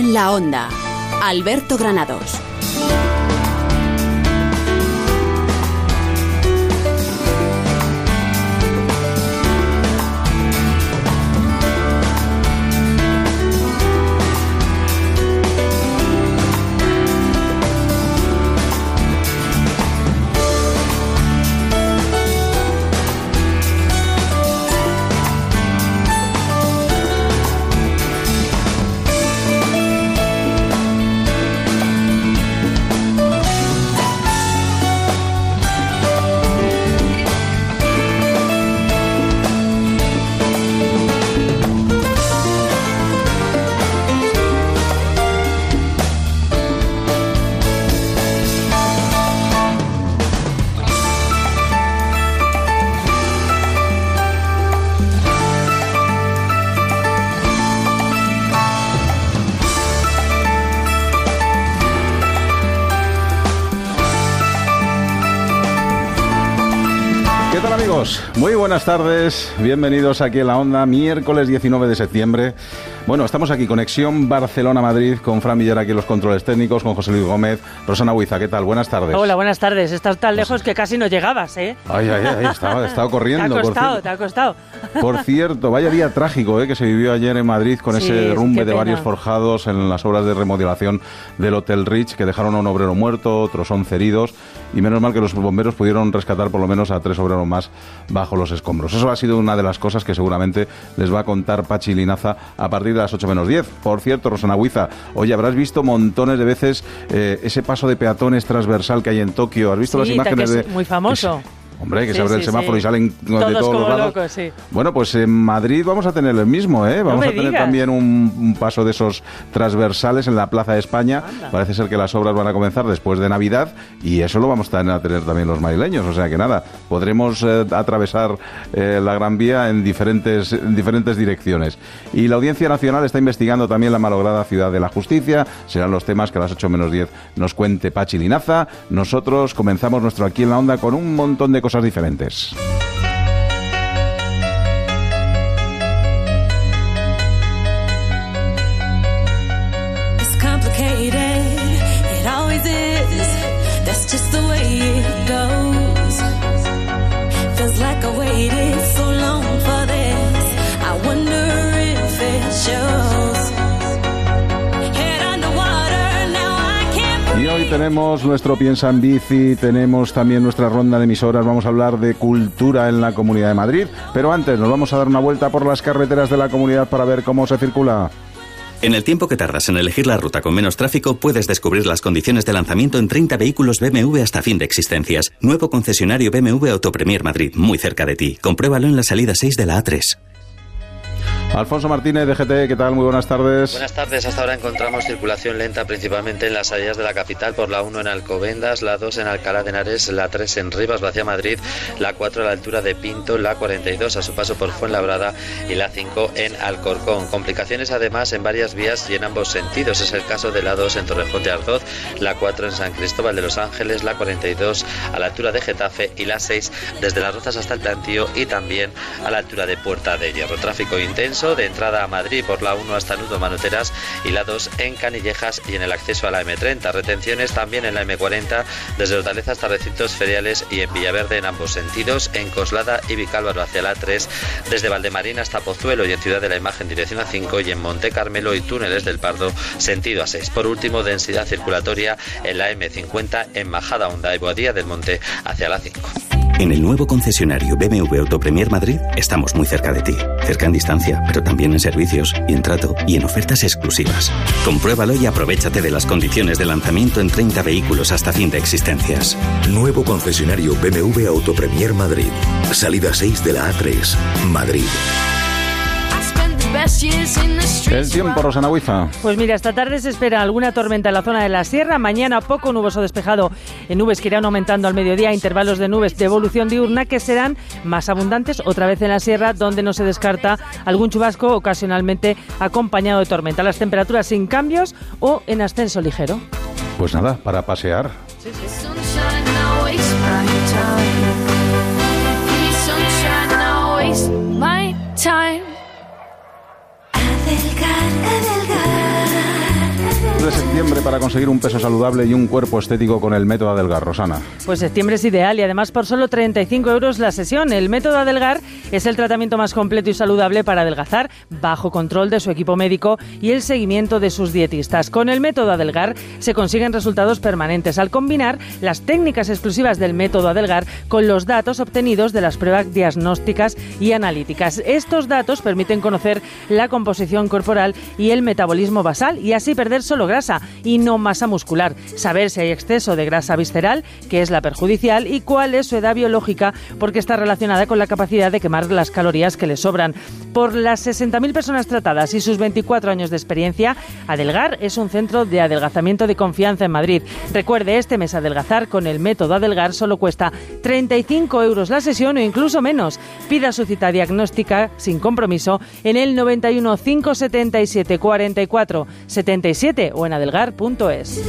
En la Onda, Alberto Granados. Muy buenas tardes, bienvenidos aquí en la Onda, miércoles 19 de septiembre. Bueno, estamos aquí, Conexión Barcelona-Madrid, con Fran Villar aquí en los controles técnicos, con José Luis Gómez, Rosana Huiza, ¿qué tal? Buenas tardes. Hola, buenas tardes. Estás tan lejos que casi no llegabas, ¿eh? Ay, estaba corriendo. Te ha costado. Por cierto, vaya día trágico, que se vivió ayer en Madrid con ese derrumbe de varios forjados en las obras de remodelación del Hotel Rich, que dejaron a un obrero muerto, otros 11 heridos, y menos mal que los bomberos pudieron rescatar por lo menos a 3 obreros más bajo los escombros. Eso ha sido una de las cosas que seguramente les va a contar Pachi Linaza a partir de las 8 menos 10. Por cierto, Rosana Huiza, oye, habrás visto montones de veces ese paso de peatones transversal que hay en Tokio. ¿Has visto las imágenes de...? Muy famoso. Hombre, que se abre el semáforo y salen de todos los lados. Locos, sí. Bueno, pues en Madrid vamos a tener el mismo, Vamos a tener también un paso de esos transversales en la Plaza de España. Anda. Parece ser que las obras van a comenzar después de Navidad y eso lo vamos a tener también los madrileños. O sea que nada, podremos atravesar la Gran Vía en diferentes direcciones. Y la Audiencia Nacional está investigando también la malograda Ciudad de la Justicia. Serán los temas que a las 8 menos 10 nos cuente Pachi Linaza. Nosotros comenzamos nuestro Aquí en la Onda con un montón de cosas diferentes. Tenemos nuestro Piensa en Bici, tenemos también nuestra ronda de emisoras, vamos a hablar de cultura en la Comunidad de Madrid, pero antes nos vamos a dar una vuelta por las carreteras de la comunidad para ver cómo se circula. En el tiempo que tardas en elegir la ruta con menos tráfico, puedes descubrir las condiciones de lanzamiento en 30 vehículos BMW hasta fin de existencias. Nuevo concesionario BMW Autopremier Madrid, muy cerca de ti. Compruébalo en la salida 6 de la A3. Alfonso Martínez, de GT, ¿qué tal? Muy buenas tardes. Buenas tardes. Hasta ahora encontramos circulación lenta principalmente en las salidas de la capital, por la 1 en Alcobendas, la 2 en Alcalá de Henares, la 3 en Rivas hacia Madrid, la 4 a la altura de Pinto, la 42 a su paso por Fuenlabrada y la 5 en Alcorcón. Complicaciones además en varias vías y en ambos sentidos. Es el caso de la 2 en Torrejón de Ardoz, la 4 en San Cristóbal de los Ángeles, la 42 a la altura de Getafe y la 6 desde Las Rozas hasta el Plantío y también a la altura de Puerta de Hierro. Tráfico intenso de entrada a Madrid por la 1 hasta Nudo Manuteras y la 2 en Canillejas y en el acceso a la M30. Retenciones también en la M40 desde Hortaleza hasta Recintos Feriales y en Villaverde en ambos sentidos, en Coslada y Vicálvaro hacia la 3, desde Valdemarín hasta Pozuelo y en Ciudad de la Imagen dirección a 5 y en Monte Carmelo y Túneles del Pardo sentido a 6. Por último, densidad circulatoria en la M50 en Majada Honda y Boadilla del Monte hacia la 5. En el nuevo concesionario BMW Autopremier Madrid estamos muy cerca de ti. Cerca en distancia, pero también en servicios y en trato y en ofertas exclusivas. Compruébalo y aprovéchate de las condiciones de lanzamiento en 30 vehículos hasta fin de existencias. Nuevo concesionario BMW Autopremier Madrid. Salida 6 de la A3, Madrid. El tiempo, Rosana Huiza. Pues mira, esta tarde se espera alguna tormenta en la zona de la sierra. Mañana poco nuboso despejado en nubes que irán aumentando al mediodía. Intervalos de nubes de evolución diurna que serán más abundantes otra vez en la sierra, donde no se descarta algún chubasco ocasionalmente acompañado de tormenta. Las temperaturas sin cambios o en ascenso ligero. Pues nada, para pasear. Sí, sí. Adelgar, adelgar, septiembre para conseguir un peso saludable y un cuerpo estético con el método Adelgar, Rosana? Pues septiembre es ideal y además por solo 35 euros la sesión. El método Adelgar es el tratamiento más completo y saludable para adelgazar bajo control de su equipo médico y el seguimiento de sus dietistas. Con el método Adelgar se consiguen resultados permanentes al combinar las técnicas exclusivas del método Adelgar con los datos obtenidos de las pruebas diagnósticas y analíticas. Estos datos permiten conocer la composición corporal y el metabolismo basal y así perder solo grasa y no masa muscular, saber si hay exceso de grasa visceral, que es la perjudicial, y cuál es su edad biológica, porque está relacionada con la capacidad de quemar las calorías que le sobran. Por las 60.000 personas tratadas y sus 24 años de experiencia, Adelgar es un centro de adelgazamiento de confianza en Madrid. Recuerde, este mes adelgazar con el método Adelgar solo cuesta 35 euros la sesión o incluso menos. Pida su cita diagnóstica sin compromiso en el 91 577 44 77 o en adelgar.es.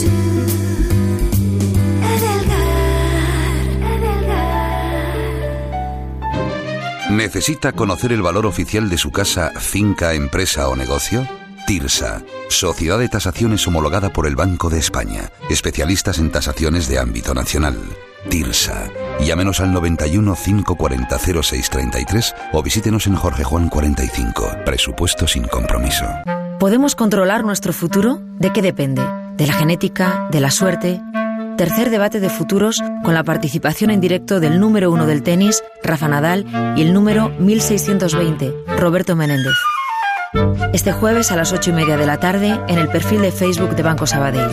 ¿Necesita conocer el valor oficial de su casa, finca, empresa o negocio? TIRSA, Sociedad de Tasaciones homologada por el Banco de España, especialistas en tasaciones de ámbito nacional. TIRSA. Llámenos al 91 540 0633 o visítenos en Jorge Juan 45. Presupuesto sin compromiso. ¿Podemos controlar nuestro futuro? ¿De qué depende? ¿De la genética? ¿De la suerte? Tercer debate de futuros con la participación en directo del número 1 del tenis, Rafa Nadal, y el número 1620, Roberto Menéndez. Este jueves a las 8:30 de la tarde en el perfil de Facebook de Banco Sabadell.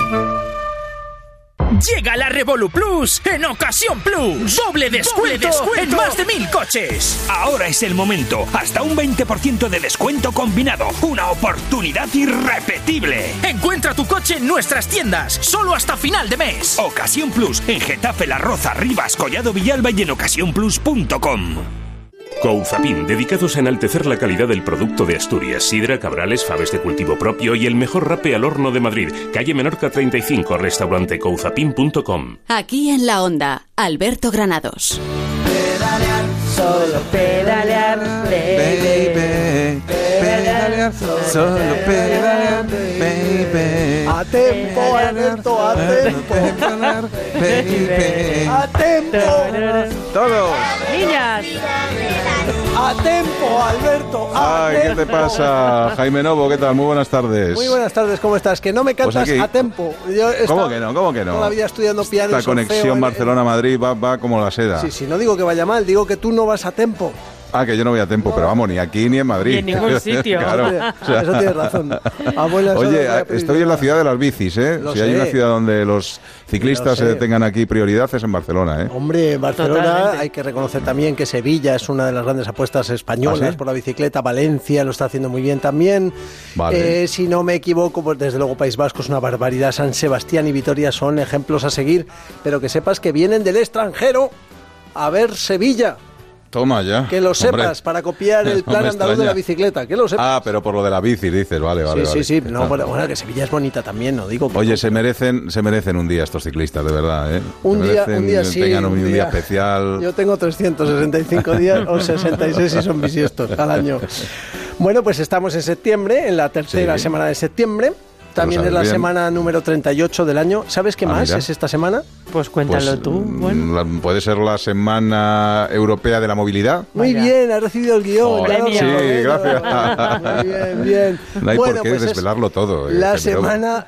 Llega la Revolu Plus en Ocasión Plus. Doble descuento en más de 1.000 coches. Ahora es el momento. Hasta un 20% de descuento combinado. Una oportunidad irrepetible. Encuentra tu coche en nuestras tiendas. Solo hasta final de mes. Ocasión Plus en Getafe, La Roza, Rivas, Collado Villalba y en ocasiónplus.com. Couzapin, dedicados a enaltecer la calidad del producto de Asturias. Sidra, cabrales, faves de cultivo propio y el mejor rape al horno de Madrid. Calle Menorca 35, restaurante couzapin.com. Aquí en La Onda, Alberto Granados. Pedalear, solo pedalear, baby. Pedalear, solo pedalear, baby. A tempo, Alberto, a tempo. Baby. A tempo. Todos. Niñas. A tempo, Alberto. Ay, ¿qué te pasa, Jaime Novo? ¿Qué tal? Muy buenas tardes. Muy buenas tardes, ¿cómo estás? Que no me cantas pues a tempo. ¿Cómo que no? ¿Cómo que no? Toda la vida estudiando piano. Esta conexión Barcelona-Madrid va como la seda. Sí, sí, no digo que vaya mal, digo que tú no vas a tempo. Ah, que yo no voy a tempo, pero vamos, ni aquí ni en Madrid. Ni en ningún sitio. Claro. O sea, eso tienes razón. Abuela, oye, estoy en la ciudad de las bicis, ¿eh? Si hay una ciudad donde los ciclistas tengan aquí prioridad es en Barcelona, ¿eh? Hombre, Barcelona. Totalmente. Hay que reconocer también que Sevilla es una de las grandes apuestas españolas. ¿Ah, sí? Por la bicicleta. Valencia lo está haciendo muy bien también. Vale. Si no me equivoco, pues desde luego País Vasco es una barbaridad. San Sebastián y Vitoria son ejemplos a seguir, pero que sepas que vienen del extranjero a ver Sevilla. Toma ya. Que lo sepas, para copiar el plan andaluz de la bicicleta, que lo sepas. Ah, pero por lo de la bici dices, vale. Sí. No, bueno, que Sevilla es bonita también, no digo. Oye, se merecen un día estos ciclistas, de verdad, ¿eh? Un día sí. Tengan un día especial. Yo tengo 365 días o 66 si son bisiestos al año. Bueno, pues estamos en septiembre, en la tercera semana de septiembre. También es la semana número 38 del año. ¿Sabes qué más es esta semana? Pues cuéntalo tú. Bueno. Puede ser la Semana Europea de la Movilidad. Muy bien, has recibido el guión. Sí, gracias. Muy bien. No hay por qué desvelarlo todo. La Semana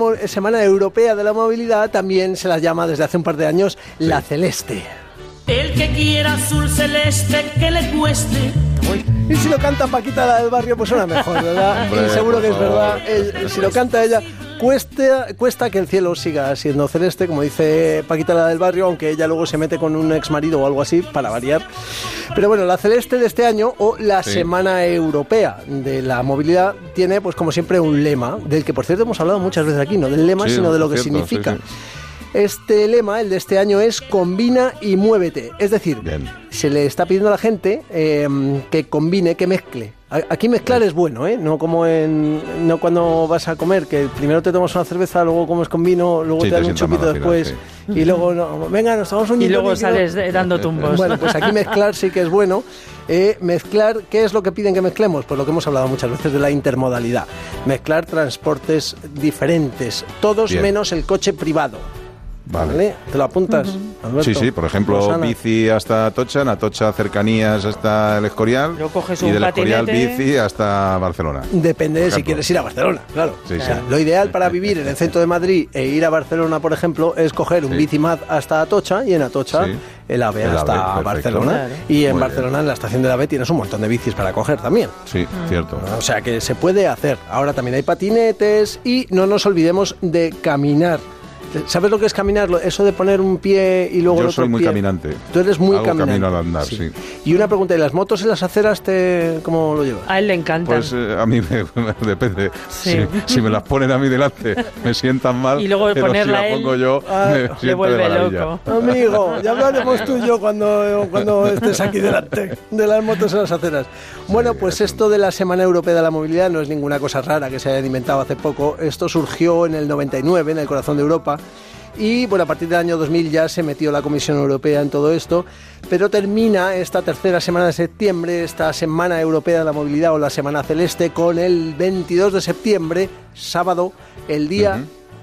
Europea de la Movilidad también se la llama desde hace un par de años la Celeste. El que quiera azul celeste, que le cueste. Y si lo canta Paquita, la del barrio, pues suena mejor, ¿verdad? Hombre, y seguro que es verdad. Si lo canta ella, cuesta que el cielo siga siendo celeste, como dice Paquita, la del barrio, aunque ella luego se mete con un exmarido o algo así, para variar. Pero bueno, la Celeste de este año, o la Semana Europea de la Movilidad, tiene, pues como siempre, un lema, del que por cierto hemos hablado muchas veces aquí, no del lema, sino de lo que significa. Sí. Este lema, el de este año, es combina y muévete. Es decir, se le está pidiendo a la gente que combine, que mezcle Aquí mezclar es bueno, ¿eh? No como no cuando vas a comer, que primero te tomas una cerveza, luego comes con vino, luego te dan un chupito después, y luego, venga, nos tomamos un y luego sales dando tumbos. Bueno, pues aquí mezclar sí que es bueno. Mezclar, ¿qué es lo que piden que mezclemos? Pues lo que hemos hablado muchas veces de la intermodalidad. Mezclar transportes diferentes, todos menos el coche privado. Vale. ¿Te lo apuntas, Alberto? Sí, por ejemplo, Rosana. Bici hasta Atocha, en Atocha cercanías hasta el Escorial, y del Escorial bici hasta Barcelona. Depende de si quieres ir a Barcelona, claro. Sí, o sea, lo ideal para vivir en el centro de Madrid e ir a Barcelona, por ejemplo, es coger un bicimad hasta Atocha y en Atocha el AVE hasta Barcelona. Claro. Y en Barcelona, en la estación del AVE, tienes un montón de bicis para coger también. Sí, cierto. O sea que se puede hacer. Ahora también hay patinetes y no nos olvidemos de caminar. ¿Sabes lo que es caminar? Eso de poner un pie y luego el otro pie. Yo soy muy caminante. Tú eres muy caminante. Camino al andar, sí. Y una pregunta, ¿y las motos en las aceras cómo lo llevas? A él le encantan. Pues a mí depende. Sí. Si me las ponen a mí delante, me sientan mal. Y luego pero ponerla si la pongo yo, me le siento vuelve de maravilla. loco. Amigo, ya hablaremos tú y yo cuando estés aquí delante de las motos en las aceras. Bueno, pues esto de la Semana Europea de la Movilidad no es ninguna cosa rara que se haya inventado hace poco. Esto surgió en el 99, en el corazón de Europa. Y bueno, a partir del año 2000 ya se metió la Comisión Europea en todo esto, pero termina esta tercera semana de septiembre, esta Semana Europea de la Movilidad o la Semana Celeste, con el 22 de septiembre, sábado, el Día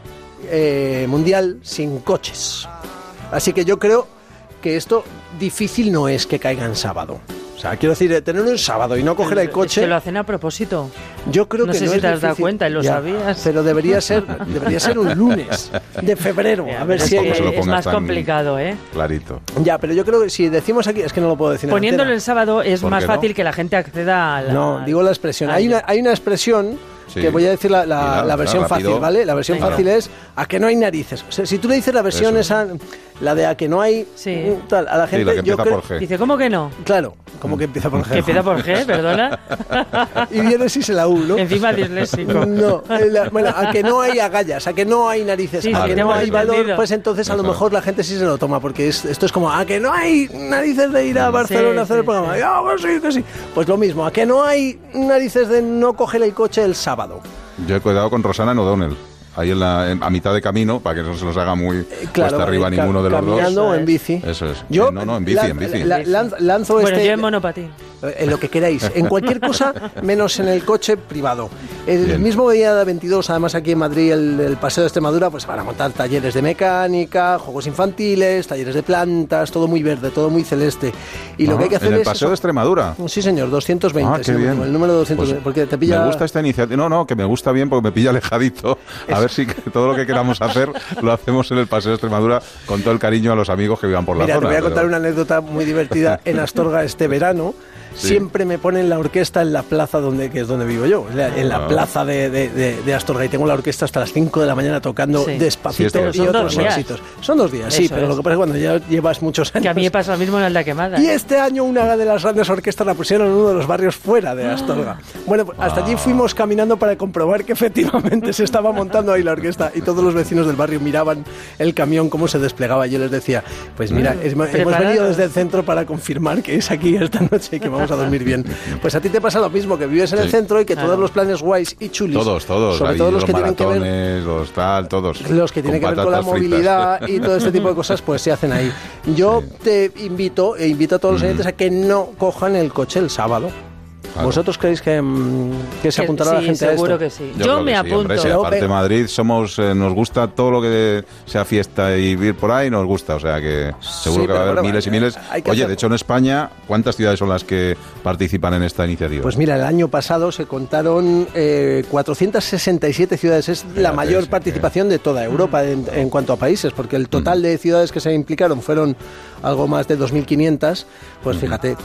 Mundial sin Coches. Así que yo creo que esto difícil no es que caiga en sábado. O sea, quiero decir, tener un sábado y no coger el coche... Es que lo hacen a propósito. Yo creo que no sé si te has dado cuenta y lo sabías. Pero debería ser un lunes de febrero. A ver si es más complicado, Clarito. Ya, pero yo creo que si decimos aquí... Es que no lo puedo decir. Poniéndolo el sábado es más fácil que la gente acceda a la... No, digo la expresión. Hay una expresión... Sí. Que voy a decir la versión fácil, ¿vale? La versión fácil es a que no hay narices. O sea, si tú le dices la versión esa, la de a que no hay tal, a la gente... Sí, la que empieza por G. Dice, ¿cómo que no? Claro, como que empieza por G. Que empieza por G, perdona. Y viene si se la U, ¿no? Encima disléxico. No, bueno, a que no hay agallas, a que no hay narices, a que no hay valor, pues entonces a lo mejor la gente sí se lo toma, porque esto es como, a que no hay narices de ir a Barcelona a hacer el programa. Pues sí, que sí. Pues lo mismo, a que no hay narices de no coger el coche el sábado. Yo he quedado con Rosana en O'Donnell, ahí a mitad de camino, para que no se nos haga muy cuesta arriba ninguno de los dos. ¿Caminando o en bici? Eso es. Yo, en bici. Lanzo bueno, yo en monopatín. En lo que queráis, en cualquier cosa, menos en el coche privado. El mismo día de 22, además aquí en Madrid, el Paseo de Extremadura, pues van a montar talleres de mecánica, juegos infantiles, talleres de plantas, todo muy verde, todo muy celeste. Y lo que hay que hacer ¿en el Paseo de Extremadura? Sí, señor, 220. Qué bien. El número 220, pues, porque te pilla... Me gusta esta iniciativa. No, que me gusta bien porque me pilla alejadito. A ver si todo lo que queramos hacer lo hacemos en el Paseo de Extremadura con todo el cariño a los amigos que vivan por la zona. Mira, te voy a contar una anécdota muy divertida. En Astorga este verano siempre me ponen la orquesta en la plaza que es donde vivo yo, en la plaza de Astorga, y tengo la orquesta hasta las 5 de la mañana tocando Despacito y otros éxitos. Son 2 días, sí, pero lo que pasa es que cuando ya llevas muchos años... Que a mí me pasa lo mismo en Alda Quemada. Y este año una de las grandes orquestas la pusieron en uno de los barrios fuera de Astorga. Bueno, pues hasta allí fuimos caminando para comprobar que efectivamente se estaba montando ahí la orquesta, y todos los vecinos del barrio miraban el camión cómo se desplegaba, y yo les decía, pues mira, hemos venido desde el centro para confirmar que es aquí esta noche y que vamos a dormir bien. Pues a ti te pasa lo mismo, que vives en el centro y que todos los planes guays y chulis, todos, sobre todo los que tienen que ver, los que tienen que ver con la movilidad y todo este tipo de cosas, pues se hacen ahí. Yo te invito a todos los oyentes a que no cojan el coche el sábado. Claro. ¿Vosotros creéis que se apuntará la gente a esto? Seguro que sí. Yo me apunto. Hombre, si aparte de Madrid nos gusta todo lo que sea fiesta y ir por ahí, nos gusta. O sea que seguro que va a haber miles y miles. Oye, de hecho en España, ¿cuántas ciudades son las que participan en esta iniciativa? Pues mira, el año pasado se contaron 467 ciudades. Es la mayor participación de toda Europa en cuanto a países, porque el total de ciudades que se implicaron fueron algo más de 2.500. Pues fíjate,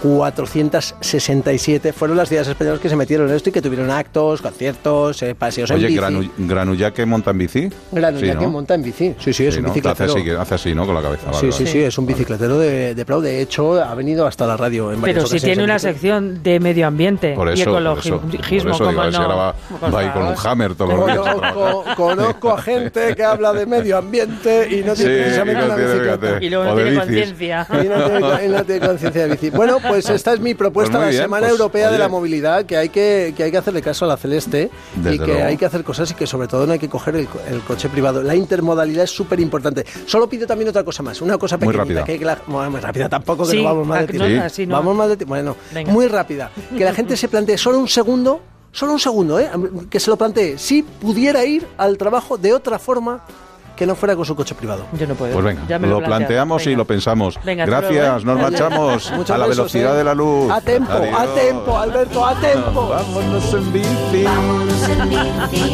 467 fueron las ciudades españolas que se metieron en esto y que tuvieron actos, conciertos, paseos en bici. Oye, ¿Granullaque monta en bici? Granullaque monta en bici. Sí, es un bicicletero. Hace así, ¿no? Con la cabeza. Sí, es un bicicletero de pro. De hecho, ha venido hasta la radio en varias ocasiones. Pero si tiene una sección de medio ambiente y ecologismo, como no. Va ahí con un hammer todos los días. Conozco a gente que habla de medio ambiente y no tiene precisamente una bicicleta. Y luego no tiene conciencia. Y no tiene conciencia de bici. Bueno, pues esta es mi propuesta, la Semana Europea de la movilidad, que hay que hacerle caso a la Celeste. Desde y que luego. hay que hacer cosas y que sobre todo no hay que coger el coche privado. La intermodalidad es súper importante. Solo pido también otra cosa más, una cosa Muy pequeñita. rápida. Muy rápida tampoco, que Sí, no vamos más de no, tiempo. así no. Vamos más de tiempo. Bueno, Venga. muy rápida. Que la gente se plantee solo un segundo, que se lo plantee, si pudiera ir al trabajo de otra forma que no fuera con su coche privado. Yo no puedo. Pues venga, Ya me lo he planteado. planteamos y Venga. lo pensamos. Venga, hasta Gracias, luego, nos marchamos Muchos a la besos, velocidad de la luz. A tiempo, Adiós. Alberto, a tiempo. Vámonos en bici. Vámonos en bici,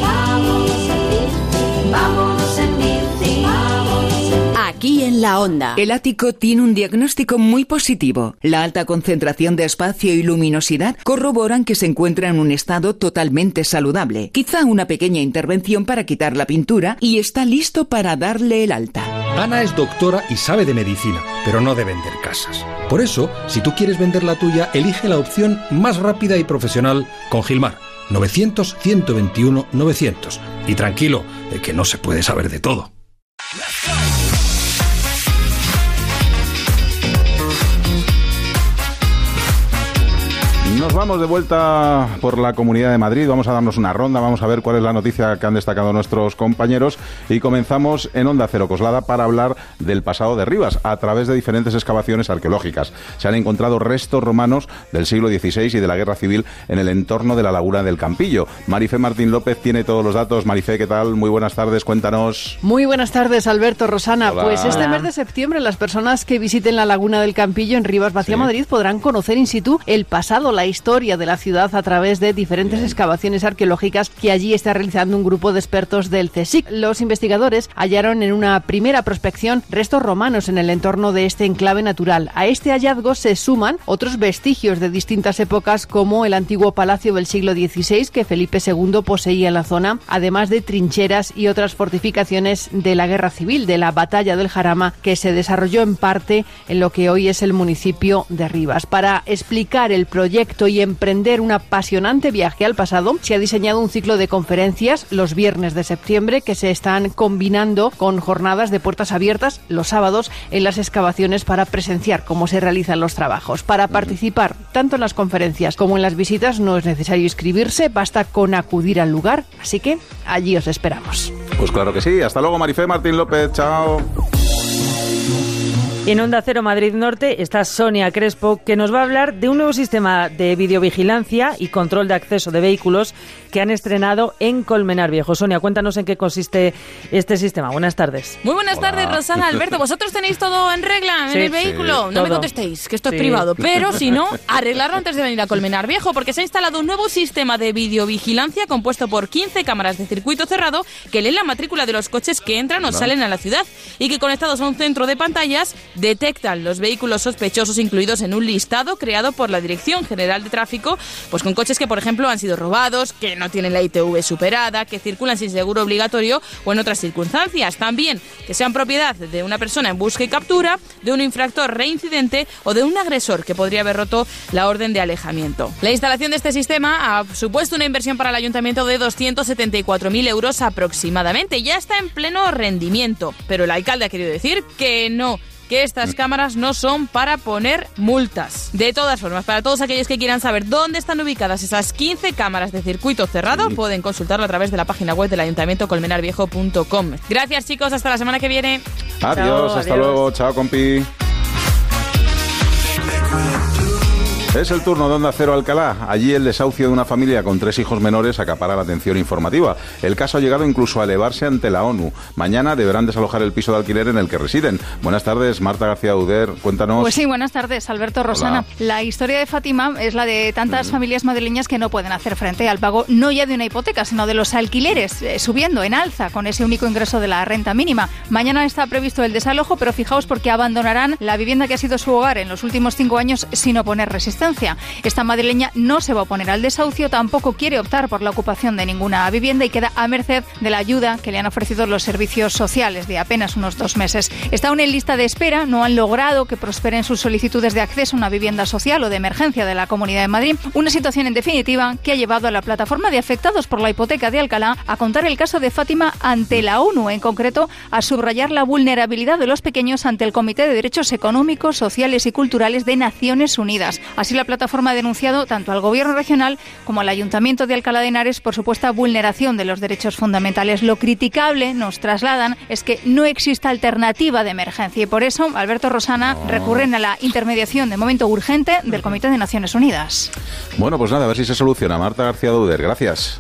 vámonos en bici. Aquí en la Onda. El ático tiene un diagnóstico muy positivo. La alta concentración de espacio y luminosidad corroboran que se encuentra en un estado totalmente saludable. Quizá una pequeña intervención para quitar la pintura y está listo para darle el alta. Ana es doctora y sabe de medicina, pero no de vender casas. Por eso, si tú quieres vender la tuya, elige la opción más rápida y profesional con Gilmar. 900-121-900. Y tranquilo, que no se puede saber de todo. Nos vamos de vuelta por la Comunidad de Madrid, vamos a darnos una ronda, vamos a ver cuál es la noticia que han destacado nuestros compañeros y comenzamos en Onda Cero Coslada para hablar del pasado de Rivas a través de diferentes excavaciones arqueológicas. Se han encontrado restos romanos del siglo XVI y de la Guerra Civil en el entorno de la Laguna del Campillo. Marifé Martín López tiene todos los datos. Marifé, ¿qué tal? Muy buenas tardes, cuéntanos. Muy buenas tardes, Alberto, Rosana. Hola. Pues este mes de septiembre las personas que visiten la Laguna del Campillo en Rivas Vacía, Madrid, podrán conocer in situ el pasado, la historia de la ciudad a través de diferentes excavaciones arqueológicas que allí está realizando un grupo de expertos del CSIC. Los investigadores hallaron en una primera prospección restos romanos en el entorno de este enclave natural. A este hallazgo se suman otros vestigios de distintas épocas, como el antiguo palacio del siglo XVI que Felipe II poseía en la zona, además de trincheras y otras fortificaciones de la Guerra Civil, de la Batalla del Jarama, que se desarrolló en parte en lo que hoy es el municipio de Rivas. Para explicar el proyecto y emprender un apasionante viaje al pasado, se ha diseñado un ciclo de conferencias los viernes de septiembre que se están combinando con jornadas de puertas abiertas los sábados en las excavaciones para presenciar cómo se realizan los trabajos. Para participar tanto en las conferencias como en las visitas no es necesario inscribirse, basta con acudir al lugar, así que allí os esperamos. Pues claro que sí. Hasta luego, Marifé Martín López. Chao. En Onda Cero Madrid Norte está Sonia Crespo, que nos va a hablar de un nuevo sistema de videovigilancia y control de acceso de vehículos que han estrenado en Colmenar Viejo. Sonia, cuéntanos en qué consiste este sistema. Buenas tardes. Muy buenas tardes, Rosana, Alberto. ¿Vosotros tenéis todo en regla en el vehículo? Sí, no me todo. contestéis, que esto es privado. Pero si no, arreglarlo antes de venir a Colmenar Viejo, porque se ha instalado un nuevo sistema de videovigilancia compuesto por 15 cámaras de circuito cerrado que leen la matrícula de los coches que entran o salen a la ciudad y que, conectados a un centro de pantallas, detectan los vehículos sospechosos incluidos en un listado creado por la Dirección General de Tráfico, pues con coches que, por ejemplo, han sido robados, que no tienen la ITV superada, que circulan sin seguro obligatorio o en otras circunstancias. También que sean propiedad de una persona en busca y captura, de un infractor reincidente o de un agresor que podría haber roto la orden de alejamiento. La instalación de este sistema ha supuesto una inversión para el ayuntamiento de 274.000 euros aproximadamente. Ya está en pleno rendimiento, pero el alcalde ha querido decir que no, que estas cámaras no son para poner multas. De todas formas, para todos aquellos que quieran saber dónde están ubicadas esas 15 cámaras de circuito cerrado, pueden consultarlo a través de la página web del ayuntamiento colmenarviejo.com. Gracias, chicos, hasta la semana que viene. Adiós, hasta luego. Chao, compi. Es el turno de Onda Cero Alcalá. Allí el desahucio de una familia con 3 hijos menores acapara la atención informativa. El caso ha llegado incluso a elevarse ante la ONU. Mañana deberán desalojar el piso de alquiler en el que residen. Buenas tardes, Marta García Uder. Cuéntanos. Pues sí, buenas tardes, Alberto, Rosana. Hola. La historia de Fátima es la de tantas familias madrileñas que no pueden hacer frente al pago no ya de una hipoteca, sino de los alquileres, subiendo en alza con ese único ingreso de la renta mínima. Mañana está previsto el desalojo, pero fijaos porque abandonarán la vivienda que ha sido su hogar en los últimos 5 años sin oponer resistencia. Esta madrileña no se va a oponer al desahucio, tampoco quiere optar por la ocupación de ninguna vivienda y queda a merced de la ayuda que le han ofrecido los servicios sociales de apenas unos 2 meses. Está aún en lista de espera, no han logrado que prosperen sus solicitudes de acceso a una vivienda social o de emergencia de la Comunidad de Madrid. Una situación, en definitiva, que ha llevado a la plataforma de afectados por la hipoteca de Alcalá a contar el caso de Fátima ante la ONU, en concreto a subrayar la vulnerabilidad de los pequeños ante el Comité de Derechos Económicos, Sociales y Culturales de Naciones Unidas. Así la plataforma ha denunciado tanto al Gobierno regional como al Ayuntamiento de Alcalá de Henares por supuesta vulneración de los derechos fundamentales. Lo criticable, nos trasladan, es que no exista alternativa de emergencia y por eso Alberto Rosana recurren a la intermediación de momento urgente del Comité de Naciones Unidas. Bueno, pues nada, a ver si se soluciona. Marta García Duder, gracias.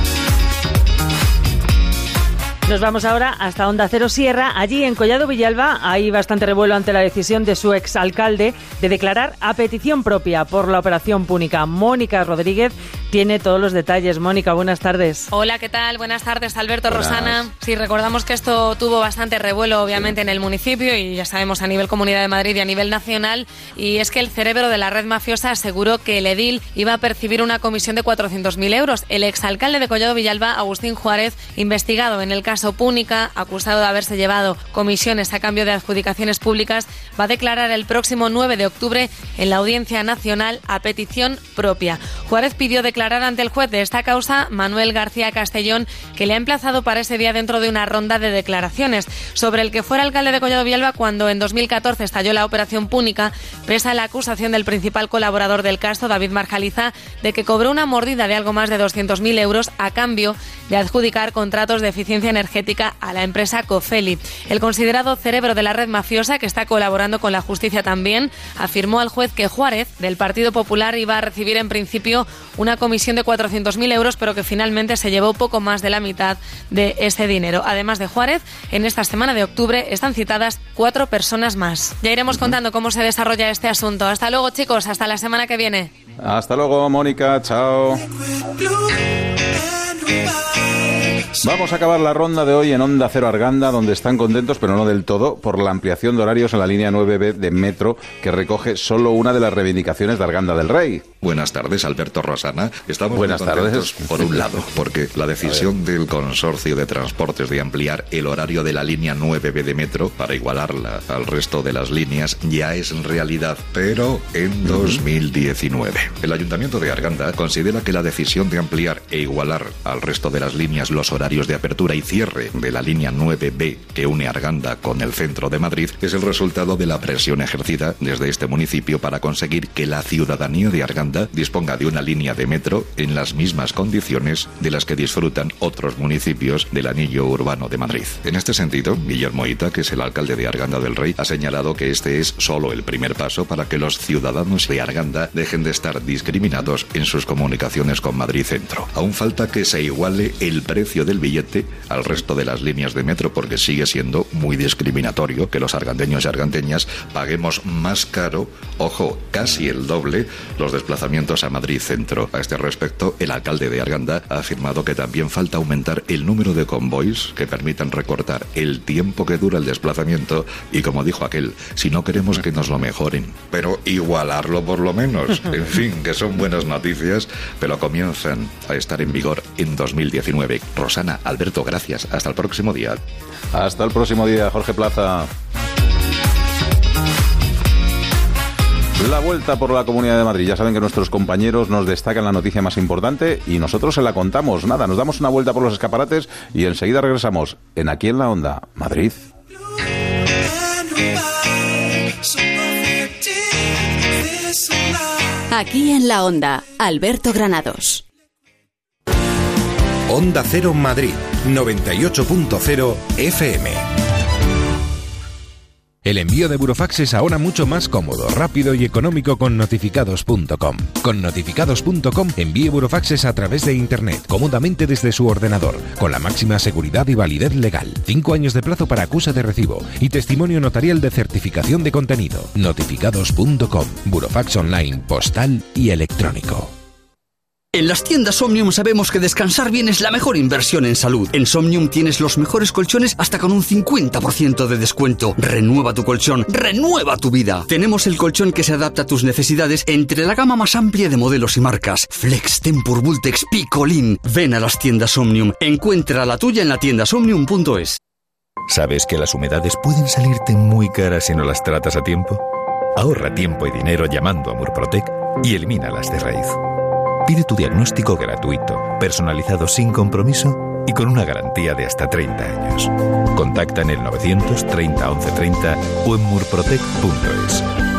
Nos vamos ahora hasta Onda Cero Sierra. Allí en Collado Villalba hay bastante revuelo ante la decisión de su exalcalde de declarar a petición propia por la operación Púnica. Mónica Rodríguez tiene todos los detalles. Mónica, buenas tardes. Hola, ¿qué tal? Buenas tardes, Alberto, Rosana. Sí, recordamos que esto tuvo bastante revuelo, obviamente, en el municipio y ya sabemos a nivel Comunidad de Madrid y a nivel nacional. Y es que el cerebro de la red mafiosa aseguró que el edil iba a percibir una comisión de 400.000 euros. El exalcalde de Collado Villalba, Agustín Juárez, investigado en el caso Púnica, acusado de haberse llevado comisiones a cambio de adjudicaciones públicas, va a declarar el próximo 9 de octubre en la Audiencia Nacional a petición propia. Juárez pidió declarar ante el juez de esta causa, Manuel García Castellón, que le ha emplazado para ese día dentro de una ronda de declaraciones sobre el que fuera alcalde de Collado Villalba cuando en 2014 estalló la operación Púnica, pesa la acusación del principal colaborador del caso, David Marjaliza, de que cobró una mordida de algo más de 200.000 euros a cambio de adjudicar contratos de eficiencia energética a la empresa Cofeli. El considerado cerebro de la red mafiosa, que está colaborando con la justicia también, afirmó al juez que Juárez, del Partido Popular, iba a recibir en principio una comisión de 400.000 euros, pero que finalmente se llevó poco más de la mitad de ese dinero. Además de Juárez, en esta semana de octubre están citadas 4 personas más. Ya iremos contando cómo se desarrolla este asunto. Hasta luego, chicos. Hasta la semana que viene. Hasta luego, Mónica. Chao. Vamos a acabar la ronda de hoy en Onda Cero Arganda, donde están contentos, pero no del todo, por la ampliación de horarios en la línea 9B de Metro, que recoge solo una de las reivindicaciones de Arganda del Rey. Buenas tardes, Alberto Rosana. Estamos Buenas muy contentos, tardes. por un lado, porque la decisión del Consorcio de Transportes de ampliar el horario de la línea 9B de Metro para igualarla al resto de las líneas ya es realidad, pero en 2019. El Ayuntamiento de Arganda considera que la decisión de ampliar e igualar al resto de las líneas los horarios de apertura y cierre de la línea 9B que une Arganda con el centro de Madrid es el resultado de la presión ejercida desde este municipio para conseguir que la ciudadanía de Arganda disponga de una línea de metro en las mismas condiciones de las que disfrutan otros municipios del anillo urbano de Madrid. En este sentido, Guillermo Ita, que es el alcalde de Arganda del Rey, ha señalado que este es solo el primer paso para que los ciudadanos de Arganda dejen de estar discriminados en sus comunicaciones con Madrid Centro. Aún falta que se iguale el precio del billete al resto de las líneas de metro, porque sigue siendo muy discriminatorio que los argandeños y argandeñas paguemos más caro, ojo, casi el doble, los desplazamientos a Madrid Centro. A este respecto, el alcalde de Arganda ha afirmado que también falta aumentar el número de convoys que permitan recortar el tiempo que dura el desplazamiento y, como dijo aquel, si no queremos que nos lo mejoren, pero igualarlo por lo menos. En fin, que son buenas noticias, pero comienzan a estar en vigor en 2019. Rosana, Alberto, gracias. Hasta el próximo día. Hasta el próximo día, Jorge Plaza. La vuelta por la Comunidad de Madrid. Ya saben que nuestros compañeros nos destacan la noticia más importante y nosotros se la contamos. Nada, nos damos una vuelta por los escaparates y enseguida regresamos en Aquí en la Onda, Madrid. Aquí en la Onda, Alberto Granados. Onda Cero Madrid, 98.0 FM. El envío de burofax es ahora mucho más cómodo, rápido y económico con notificados.com. Con notificados.com envíe burofaxes a través de Internet, cómodamente desde su ordenador, con la máxima seguridad y validez legal. 5 años de plazo para acusa de recibo y testimonio notarial de certificación de contenido. Notificados.com, burofax online, postal y electrónico. En las tiendas Somnium sabemos que descansar bien es la mejor inversión en salud. En Somnium tienes los mejores colchones hasta con un 50% de descuento. Renueva tu colchón, renueva tu vida. Tenemos el colchón que se adapta a tus necesidades entre la gama más amplia de modelos y marcas. Flex, Tempur, Vultex, Picolín. Ven a las tiendas Somnium. Encuentra la tuya en la tienda somnium.es. ¿Sabes que las humedades pueden salirte muy caras si no las tratas a tiempo? Ahorra tiempo y dinero llamando a Murprotec y elimínalas de raíz. Pide tu diagnóstico gratuito, personalizado sin compromiso y con una garantía de hasta 30 años. Contacta en el 930 1130 o en murprotec.es.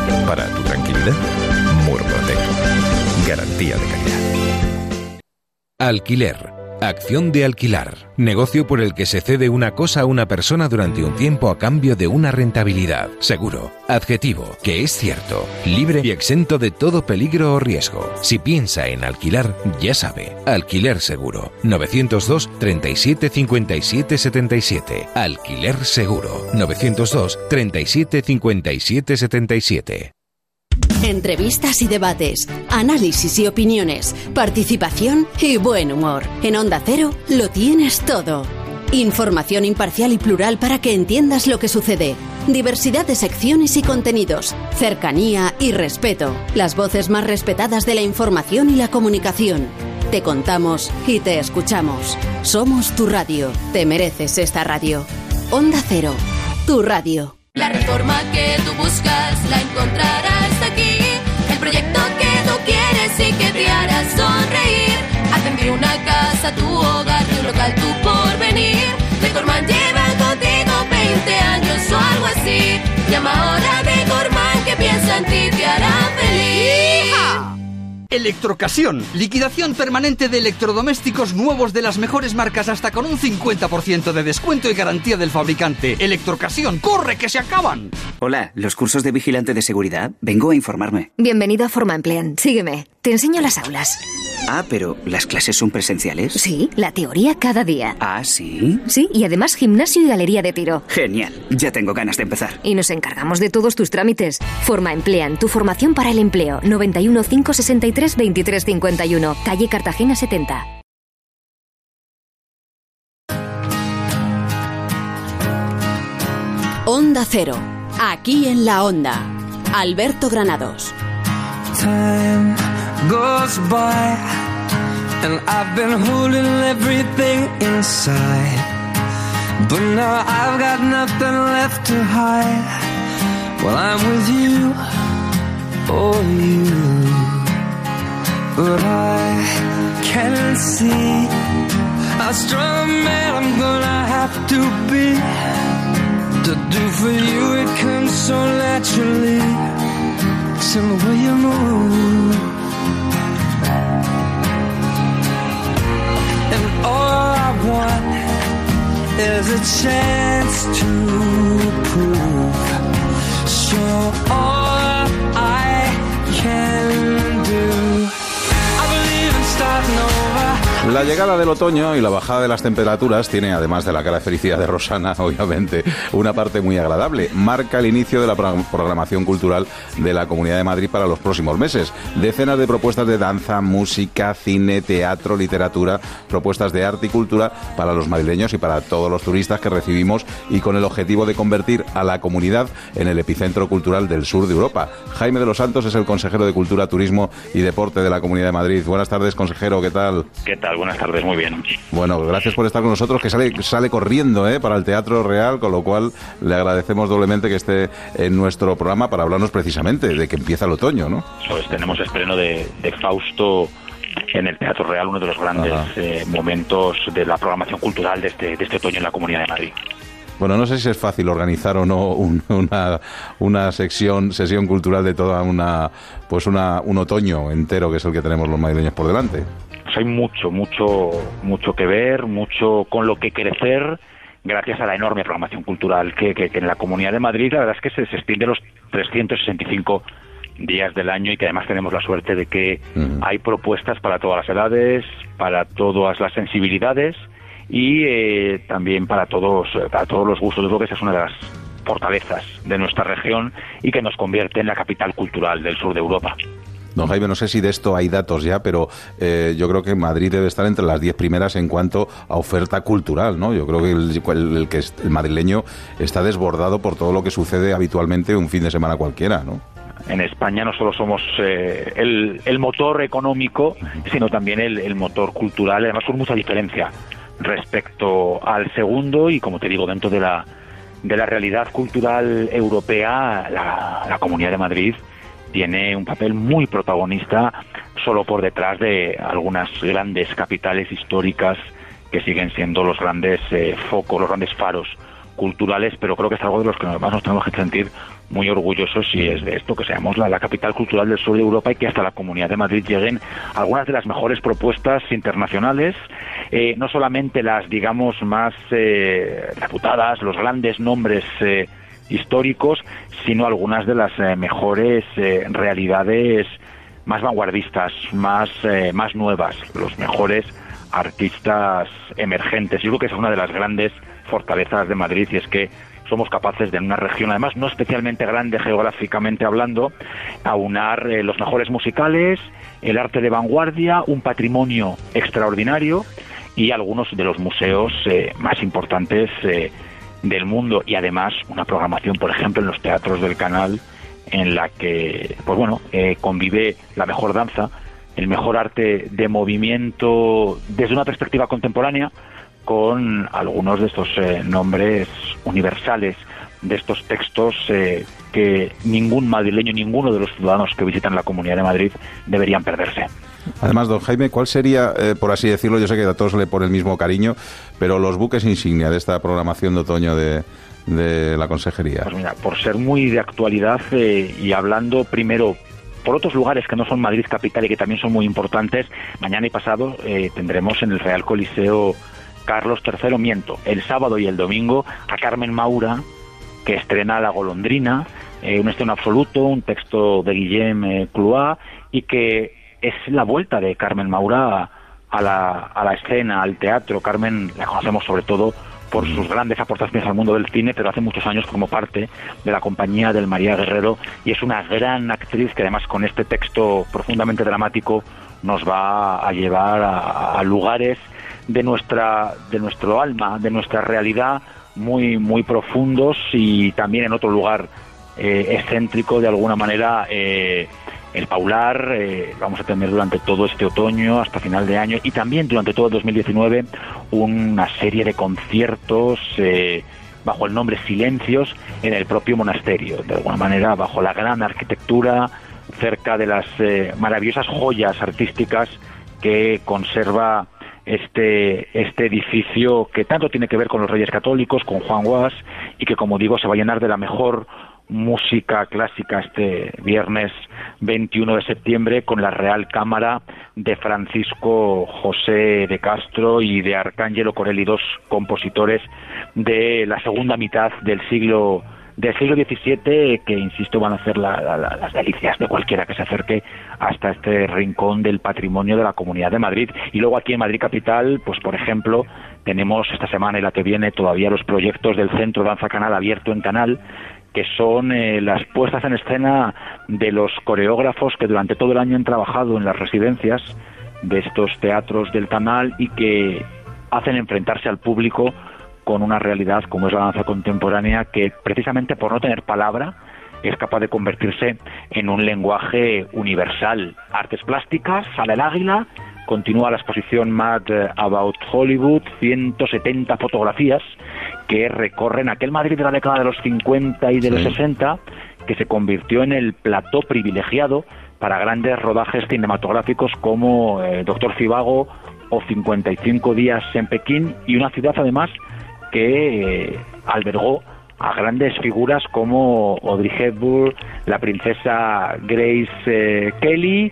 Para tu tranquilidad, Murprotec. Garantía de calidad. Alquiler. Acción de alquilar. Negocio por el que se cede una cosa a una persona durante un tiempo a cambio de una rentabilidad. Seguro. Adjetivo. Que es cierto. Libre y exento de todo peligro o riesgo. Si piensa en alquilar, ya sabe. Alquiler Seguro. 902 37 57 77. Alquiler Seguro. 902 37 57 77. Entrevistas y debates, análisis y opiniones, participación y buen humor. En Onda Cero lo tienes todo. Información imparcial y plural para que entiendas lo que sucede. Diversidad de secciones y contenidos. Cercanía y respeto. Las voces más respetadas de la información y la comunicación. Te contamos y te escuchamos. Somos tu radio. Te mereces esta radio. Onda Cero, tu radio. La reforma que tú buscas la encontrarás aquí. El proyecto que tú quieres y que te hará sonreír. Haz una casa, tu hogar, tu local, tu porvenir. Decorman lleva contigo 20 años o algo así. Llama ahora a Decorman que piensa en ti, te hará feliz. ¡Hija! Electrocasión, liquidación permanente de electrodomésticos nuevos de las mejores marcas hasta con un 50% de descuento y garantía del fabricante. Electrocasión, ¡corre que se acaban! Hola, ¿los cursos de vigilante de seguridad? Vengo a informarme. Bienvenido a Forma Emplean. Sígueme. Te enseño las aulas. Ah, pero ¿las clases son presenciales? Sí, la teoría cada día. Ah, ¿sí? Sí, y además gimnasio y galería de tiro. Genial, ya tengo ganas de empezar. Y nos encargamos de todos tus trámites. Forma Emplean, tu formación para el empleo. 91 563 23 51, calle Cartagena 70. Onda Cero, aquí en la Onda. Alberto Granados. Time goes by and I've been holding everything inside, but now I've got nothing left to hide. Well, I'm with you, oh you, but I can't see how strong a man I'm gonna have to be. To do for you it comes so naturally. It's in the way you move. And all I want is a chance to prove. So all I can do, I believe in starting over. La llegada del otoño y la bajada de las temperaturas tiene, además de la cara de felicidad de Rosana, obviamente, una parte muy agradable. Marca el inicio de la programación cultural de la Comunidad de Madrid para los próximos meses. Decenas de propuestas de danza, música, cine, teatro, literatura, propuestas de arte y cultura para los madrileños y para todos los turistas que recibimos, y con el objetivo de convertir a la comunidad en el epicentro cultural del sur de Europa. Jaime de los Santos es el consejero de Cultura, Turismo y Deporte de la Comunidad de Madrid. Buenas tardes, consejero, ¿qué tal? ¿Qué tal? Buenas tardes, muy bien. Bueno, gracias por estar con nosotros, que sale corriendo para el Teatro Real, con lo cual le agradecemos doblemente que esté en nuestro programa para hablarnos precisamente de que empieza el otoño, ¿no? Pues tenemos estreno de Fausto en el Teatro Real, uno de los grandes momentos de la programación cultural de este otoño en la Comunidad de Madrid. Bueno, no sé si es fácil organizar o no una sesión cultural de toda un otoño entero, que es el que tenemos los madrileños por delante. Pues hay mucho que ver, mucho con lo que crecer, gracias a la enorme programación cultural que en la Comunidad de Madrid, la verdad es que se extiende los 365 días del año, y que además tenemos la suerte de que hay propuestas para todas las edades, para todas las sensibilidades, y también para todos los gustos. Yo creo que esa es una de las fortalezas de nuestra región y que nos convierte en la capital cultural del sur de Europa. Don Jaime, no sé si de esto hay datos ya, pero yo creo que Madrid debe estar entre las 10 primeras en cuanto a oferta cultural, ¿no? Yo creo que el madrileño está desbordado por todo lo que sucede habitualmente un fin de semana cualquiera, ¿no? En España no solo somos el motor económico, sino también el motor cultural, además con mucha diferencia respecto al segundo, y como te digo, dentro de la realidad cultural europea, la Comunidad de Madrid tiene un papel muy protagonista, solo por detrás de algunas grandes capitales históricas que siguen siendo los grandes focos, los grandes faros culturales, pero creo que es algo de los que además nos tenemos que sentir muy orgullosos, y es de esto, que seamos la capital cultural del sur de Europa y que hasta la Comunidad de Madrid lleguen algunas de las mejores propuestas internacionales, no solamente las, digamos, más reputadas, los grandes nombres históricos, sino algunas de las mejores realidades más vanguardistas, más nuevas, los mejores artistas emergentes. Yo creo que esa es una de las grandes fortalezas de Madrid, y es que somos capaces de, en una región además no especialmente grande geográficamente hablando, aunar los mejores musicales, el arte de vanguardia, un patrimonio extraordinario y algunos de los museos más importantes del mundo, y además una programación, por ejemplo, en los teatros del Canal, en la que, pues bueno, convive la mejor danza, el mejor arte de movimiento desde una perspectiva contemporánea, con algunos de estos nombres universales, de estos textos que ningún madrileño, ninguno de los ciudadanos que visitan la Comunidad de Madrid deberían perderse. Además, don Jaime, ¿cuál sería, por así decirlo, yo sé que a todos le pone el mismo cariño, pero los buques insignia de esta programación de otoño de la Consejería? Pues mira, por ser muy de actualidad y hablando primero por otros lugares que no son Madrid capital y que también son muy importantes, mañana y pasado tendremos en el Real Coliseo Carlos III, el sábado y el domingo, a Carmen Maura, que estrena La golondrina, un estreno absoluto, un texto de Guillem Cloix, y que es la vuelta de Carmen Maura a la escena, al teatro. Carmen la conocemos sobre todo por sus grandes aportaciones al mundo del cine, pero hace muchos años como parte de la compañía del María Guerrero, y es una gran actriz que además con este texto profundamente dramático nos va a llevar a lugares de nuestro alma, de nuestra realidad, muy muy profundos, y también en otro lugar excéntrico de alguna manera, el Paular. Vamos a tener durante todo este otoño hasta final de año, y también durante todo el 2019, una serie de conciertos bajo el nombre Silencios en el propio monasterio, de alguna manera bajo la gran arquitectura, cerca de las maravillosas joyas artísticas que conserva este edificio, que tanto tiene que ver con los Reyes Católicos, con Juan Guas, y que, como digo, se va a llenar de la mejor música clásica este viernes 21 de septiembre, con la Real Cámara de Francisco José de Castro y de Arcángelo Corelli, dos compositores de la segunda mitad del siglo XVII, que, insisto, van a hacer las delicias de cualquiera que se acerque hasta este rincón del patrimonio de la Comunidad de Madrid. Y luego aquí en Madrid capital, pues por ejemplo, tenemos esta semana y la que viene todavía los proyectos del Centro Danza Canal abierto en Canal, que son las puestas en escena de los coreógrafos que durante todo el año han trabajado en las residencias de estos teatros del Canal y que hacen enfrentarse al público con una realidad como es la danza contemporánea, que precisamente por no tener palabra es capaz de convertirse en un lenguaje universal. Artes plásticas, Sala El Águila, continúa la exposición Mad About Hollywood, 170 fotografías que recorren aquel Madrid de la década de los 50 y de los 60, que se convirtió en el plató privilegiado para grandes rodajes cinematográficos como Doctor Zhivago o 55 días en Pekín, y una ciudad además que albergó a grandes figuras como Audrey Hepburn, la princesa Grace Kelly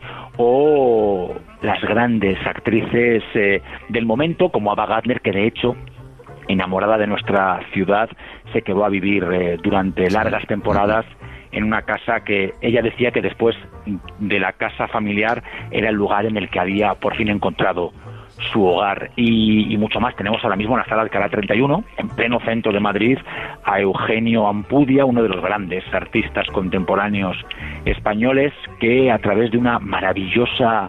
o las grandes actrices del momento como Ava Gardner, que de hecho, enamorada de nuestra ciudad, se quedó a vivir durante largas temporadas en una casa que ella decía que después de la casa familiar era el lugar en el que había por fin encontrado su hogar, y mucho más. Tenemos ahora mismo en la Sala Alcalá 31, en pleno centro de Madrid, a Eugenio Ampudia, uno de los grandes artistas contemporáneos españoles, que a través de una maravillosa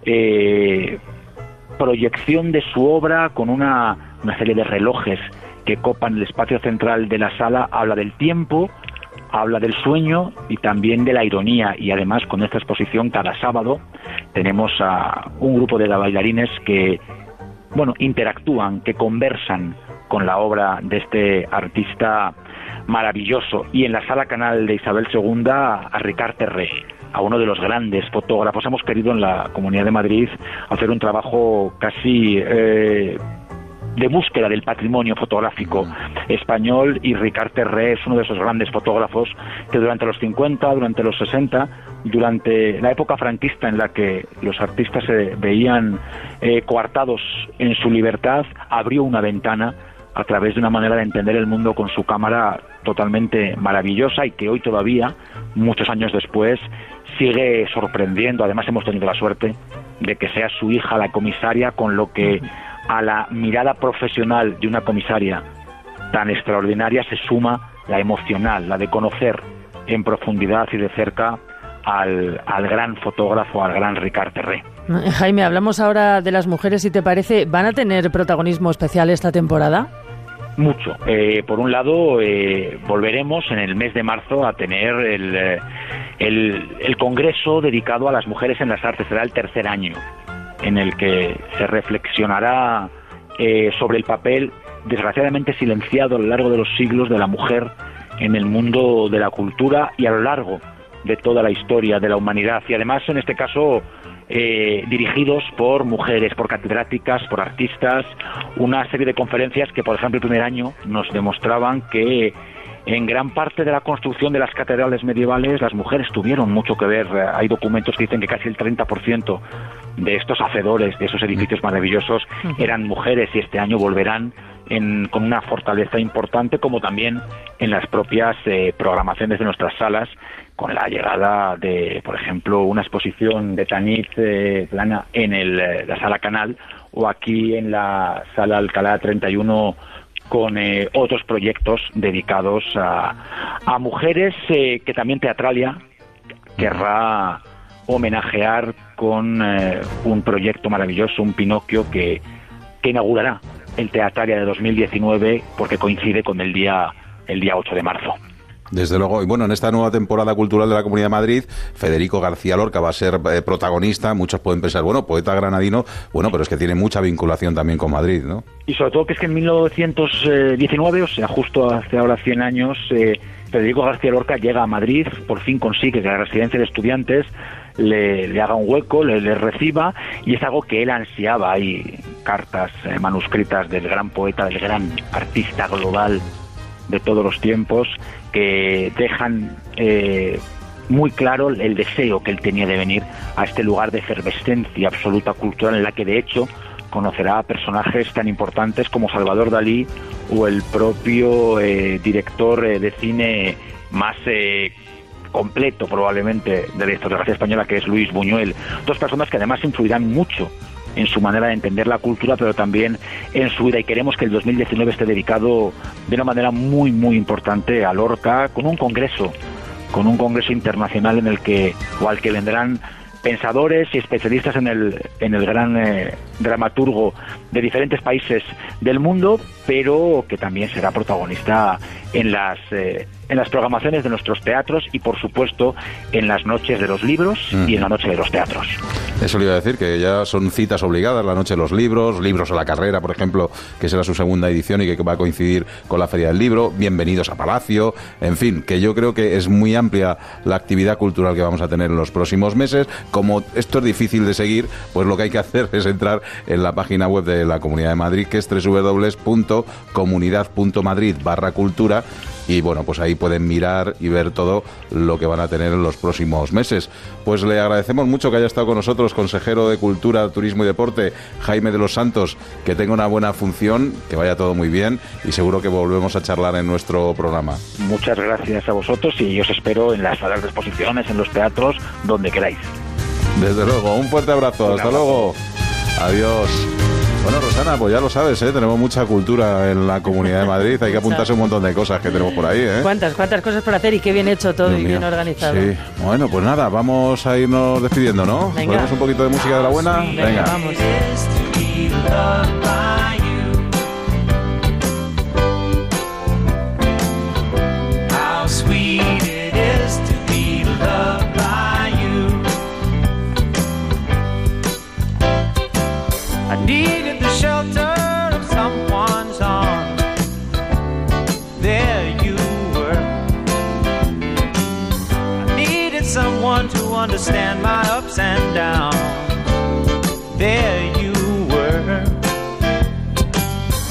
proyección de su obra, con una serie de relojes que copan el espacio central de la sala, habla del tiempo, habla del sueño y también de la ironía. Y además, con esta exposición, cada sábado tenemos a un grupo de bailarines que, bueno, interactúan, que conversan con la obra de este artista maravilloso. Y en la Sala Canal de Isabel II, a Ricard Terré, a uno de los grandes fotógrafos. Hemos querido en la Comunidad de Madrid hacer un trabajo casi de búsqueda del patrimonio fotográfico español, y Ricard Terré es uno de esos grandes fotógrafos que durante los 50, durante los 60, durante la época franquista en la que los artistas se veían coartados en su libertad, abrió una ventana a través de una manera de entender el mundo con su cámara totalmente maravillosa, y que hoy todavía, muchos años después, sigue sorprendiendo. Además, hemos tenido la suerte de que sea su hija la comisaria, con lo que a la mirada profesional de una comisaria tan extraordinaria se suma la emocional, la de conocer en profundidad y de cerca al gran fotógrafo, al gran Ricard Terré. Jaime, hablamos ahora de las mujeres, si te parece. ¿Van a tener protagonismo especial esta temporada? Mucho. Por un lado, volveremos en el mes de marzo a tener el congreso dedicado a las mujeres en las artes. Será el tercer año en el que se reflexionará sobre el papel desgraciadamente silenciado a lo largo de los siglos de la mujer en el mundo de la cultura y a lo largo de toda la historia de la humanidad, y además en este caso dirigidos por mujeres, por catedráticas, por artistas, una serie de conferencias que, por ejemplo, el primer año nos demostraban que en gran parte de la construcción de las catedrales medievales las mujeres tuvieron mucho que ver. Hay documentos que dicen que casi el 30% de estos hacedores de esos edificios maravillosos eran mujeres, y este año volverán con una fortaleza importante, como también en las propias programaciones de nuestras salas, con la llegada de, por ejemplo, una exposición de Tanit Plana en la Sala Canal, o aquí en la Sala Alcalá 31 con otros proyectos dedicados a mujeres que también Teatralia querrá homenajear con un proyecto maravilloso, un Pinocchio que inaugurará el Teatralia de 2019, porque coincide con el día 8 de marzo. Desde luego, y bueno, en esta nueva temporada cultural de la Comunidad de Madrid, Federico García Lorca va a ser protagonista. Muchos pueden pensar, bueno, poeta granadino, bueno, pero es que tiene mucha vinculación también con Madrid, ¿no? Y sobre todo que es que en 1919, o sea, justo hace ahora 100 años, Federico García Lorca llega a Madrid, por fin consigue que la residencia de estudiantes le haga un hueco, le reciba, y es algo que él ansiaba. Hay cartas manuscritas del gran poeta, del gran artista global de todos los tiempos, que dejan muy claro el deseo que él tenía de venir a este lugar de efervescencia absoluta cultural, en la que de hecho conocerá a personajes tan importantes como Salvador Dalí o el propio director de cine más completo probablemente de la historiografía española, que es Luis Buñuel. Dos personas que además influirán mucho en su manera de entender la cultura, pero también en su vida, y queremos que el 2019 esté dedicado de una manera muy, muy importante a Lorca, con un congreso internacional en el que, o al que vendrán pensadores y especialistas en el gran dramaturgo de diferentes países del mundo, pero que también será protagonista en las programaciones de nuestros teatros y, por supuesto, en las noches de los libros y en la noche de los teatros. Eso le iba a decir, que ya son citas obligadas, la noche de los libros, Libros a la Carrera, por ejemplo, que será su segunda edición y que va a coincidir con la Feria del Libro, Bienvenidos a Palacio, en fin, que yo creo que es muy amplia la actividad cultural que vamos a tener en los próximos meses. Como esto es difícil de seguir, pues lo que hay que hacer es entrar en la página web de la Comunidad de Madrid, que es www.comunidad.madrid/cultura, y bueno, pues ahí pueden mirar y ver todo lo que van a tener en los próximos meses. Pues le agradecemos mucho que haya estado con nosotros, consejero de Cultura, Turismo y Deporte, Jaime de los Santos. Que tenga una buena función, que vaya todo muy bien, y seguro que volvemos a charlar en nuestro programa. Muchas gracias a vosotros, y os espero en las salas de exposiciones, en los teatros, donde queráis. Desde luego, un fuerte abrazo. Hasta luego. Adiós. Bueno, Rosana, pues ya lo sabes, tenemos mucha cultura en la Comunidad de Madrid. Hay que apuntarse un montón de cosas que tenemos por ahí, ¿Cuántas cosas por hacer? Y qué bien hecho todo, y bien organizado. Sí, bueno, pues nada, vamos a irnos despidiendo, ¿no? Venga. ¿Ponemos un poquito de música de la buena? Venga. Vamos. Needed the shelter of someone's arms. There you were. I needed someone to understand my ups and downs. There you were.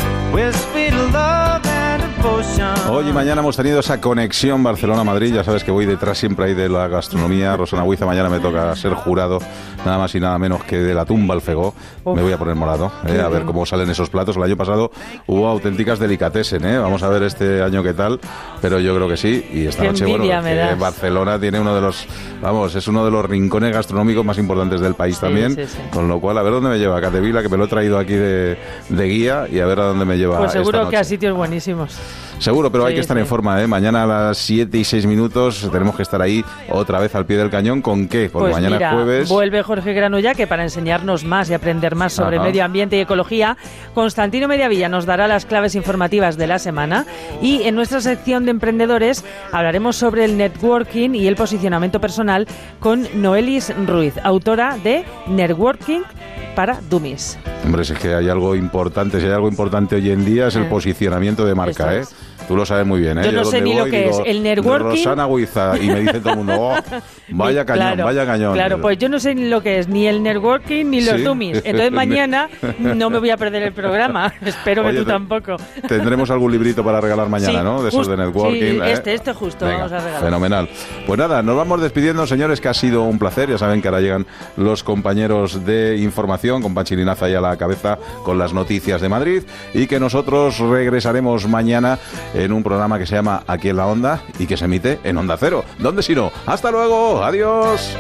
Hoy y mañana hemos tenido esa conexión Barcelona-Madrid. Ya sabes que voy detrás siempre ahí de la gastronomía. Rosana Huiza, mañana me toca ser jurado, nada más y nada menos que de la tumba al Fegó. Me voy a poner morado, a ver cómo salen esos platos. El año pasado hubo auténticas delicatessen, vamos a ver este año qué tal, pero yo creo que sí. Y esta noche, bueno, que Barcelona tiene uno de los, es uno de los rincones gastronómicos más importantes del país también. Sí. Con lo cual, a ver dónde me lleva Catevila, que me lo he traído aquí de guía, y a ver a dónde me lleva. Pues seguro que a sitios buenísimos. Seguro, pero hay que estar en forma, Mañana a las 7:06 tenemos que estar ahí otra vez al pie del cañón. ¿Con qué? Porque mañana es jueves. Vuelve Jorge Granulla, que para enseñarnos más y aprender más sobre medio ambiente y ecología, Constantino Mediavilla nos dará las claves informativas de la semana. Y en nuestra sección de emprendedores hablaremos sobre el networking y el posicionamiento personal con Noelis Ruiz, autora de Networking para Dummies. Hombre, si es que hay algo importante, hoy en día es el posicionamiento de marca, Tú lo sabes muy bien, Yo no sé ni lo que es el networking. Rosana Huiza, y me dice todo el mundo, vaya cañón, vaya cañón. Claro, pues yo no sé ni lo que es ni el networking ni los dummies. Entonces mañana no me voy a perder el programa. Espero que tú tampoco. Tendremos algún librito para regalar mañana, ¿no? De esos de networking. Sí, este justo. Venga, vamos a regalar. Fenomenal. Pues nada, nos vamos despidiendo, señores, que ha sido un placer. Ya saben que ahora llegan los compañeros de información, con Pachi Linaza ahí a la cabeza con las noticias de Madrid, y que nosotros regresaremos mañana en un programa que se llama Aquí en la Onda y que se emite en Onda Cero. ¿Dónde si no? ¡Hasta luego! ¡Adiós!